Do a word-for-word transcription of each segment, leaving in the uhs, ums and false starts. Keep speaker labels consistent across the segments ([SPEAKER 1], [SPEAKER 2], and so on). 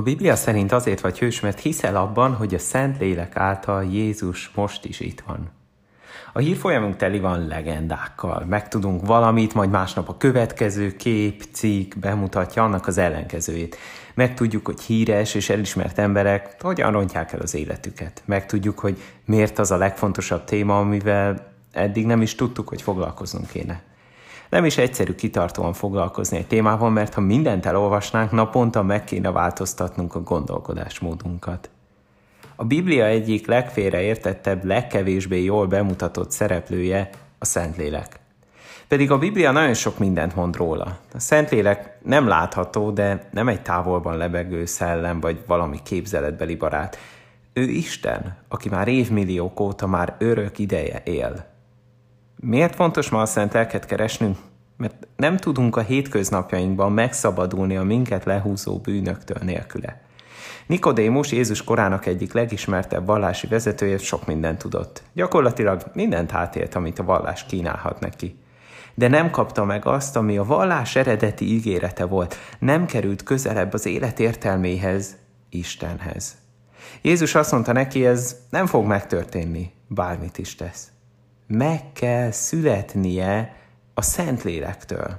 [SPEAKER 1] A Biblia szerint azért vagy hős, mert hiszel abban, hogy a Szentlélek által Jézus most is itt van. A hírfolyamunk teli van legendákkal. Megtudunk valamit, majd másnap a következő kép, cikk bemutatja annak az ellenkezőjét. Megtudjuk, hogy híres és elismert emberek hogyan rontják el az életüket. Megtudjuk, hogy miért az a legfontosabb téma, amivel eddig nem is tudtuk, hogy foglalkoznunk kéne. Nem is egyszerű kitartóan foglalkozni egy témával, mert ha mindent elolvasnánk, naponta meg kéne változtatnunk a gondolkodásmódunkat. A Biblia egyik legfélreértettebb, legkevésbé jól bemutatott szereplője a Szentlélek. Pedig a Biblia nagyon sok mindent mond róla. A Szentlélek nem látható, de nem egy távolban lebegő szellem, vagy valami képzeletbeli barát. Ő Isten, aki már évmilliók óta már örök ideje él. Miért fontos ma a Szent Lelket keresnünk? Mert nem tudunk a hétköznapjainkban megszabadulni a minket lehúzó bűnöktől nélküle. Nikodémus, Jézus korának egyik legismertebb vallási vezetője, sok mindent tudott. Gyakorlatilag mindent átélt, amit a vallás kínálhat neki. De nem kapta meg azt, ami a vallás eredeti ígérete volt. Nem került közelebb az élet értelméhez, Istenhez. Jézus azt mondta neki, ez nem fog megtörténni, bármit is tesz. Meg kell születnie a Szentlélektől.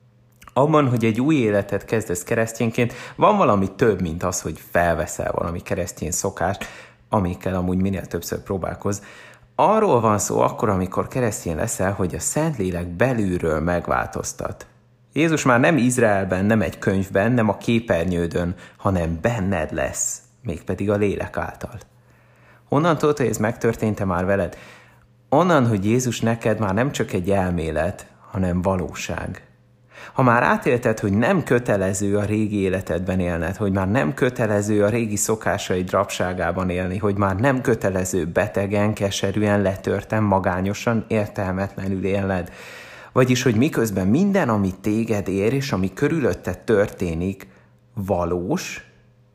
[SPEAKER 1] Abban, hogy egy új életet kezdesz keresztényként, van valami több, mint az, hogy felveszel valami keresztény szokást, amikkel amúgy minél többször próbálkozz. Arról van szó akkor, amikor keresztény leszel, hogy a Szentlélek belülről megváltoztat. Jézus már nem Izraelben, nem egy könyvben, nem a képernyődön, hanem benned lesz, mégpedig a lélek által. Honnan tudod, hogy ez megtörtént-e már veled? Onnan, hogy Jézus neked már nem csak egy elmélet, hanem valóság. Ha már átélted, hogy nem kötelező a régi életedben élned, hogy már nem kötelező a régi szokásaid rabságában élni, hogy már nem kötelező betegen, keserűen, letörten, magányosan, értelmetlenül élned, vagyis, hogy miközben minden, ami téged ér, és ami körülötted történik, valós,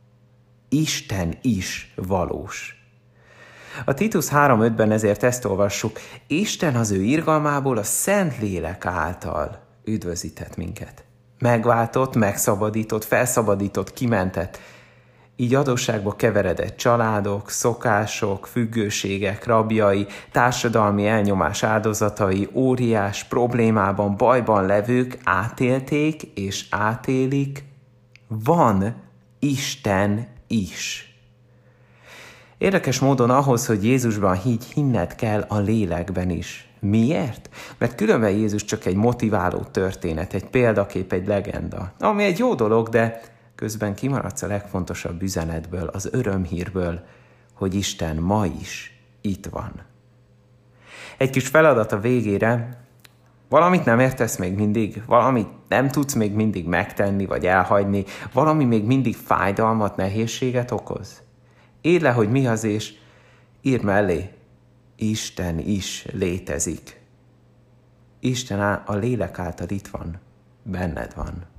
[SPEAKER 1] Isten is valós. A Titus három ötben ezért ezt olvassuk, Isten az ő irgalmából a Szentlélek által üdvözített minket. Megváltott, megszabadított, felszabadított, kimentett. Így adósságba keveredett családok, szokások, függőségek, rabjai, társadalmi elnyomás áldozatai, óriás problémában, bajban levők átélték és átélik, van Isten is. Érdekes módon ahhoz, hogy Jézusban higgy, hinned kell a lélekben is. Miért? Mert különben Jézus csak egy motiváló történet, egy példakép, egy legenda. Ami egy jó dolog, de közben kimaradsz a legfontosabb üzenetből, az örömhírből, hogy Isten ma is itt van. Egy kis feladat a végére, valamit nem értesz még mindig, valamit nem tudsz még mindig megtenni vagy elhagyni, valami még mindig fájdalmat, nehézséget okoz. Írd le, hogy mi az, és írd mellé, Isten is létezik. Isten a lélek által itt van, benned van.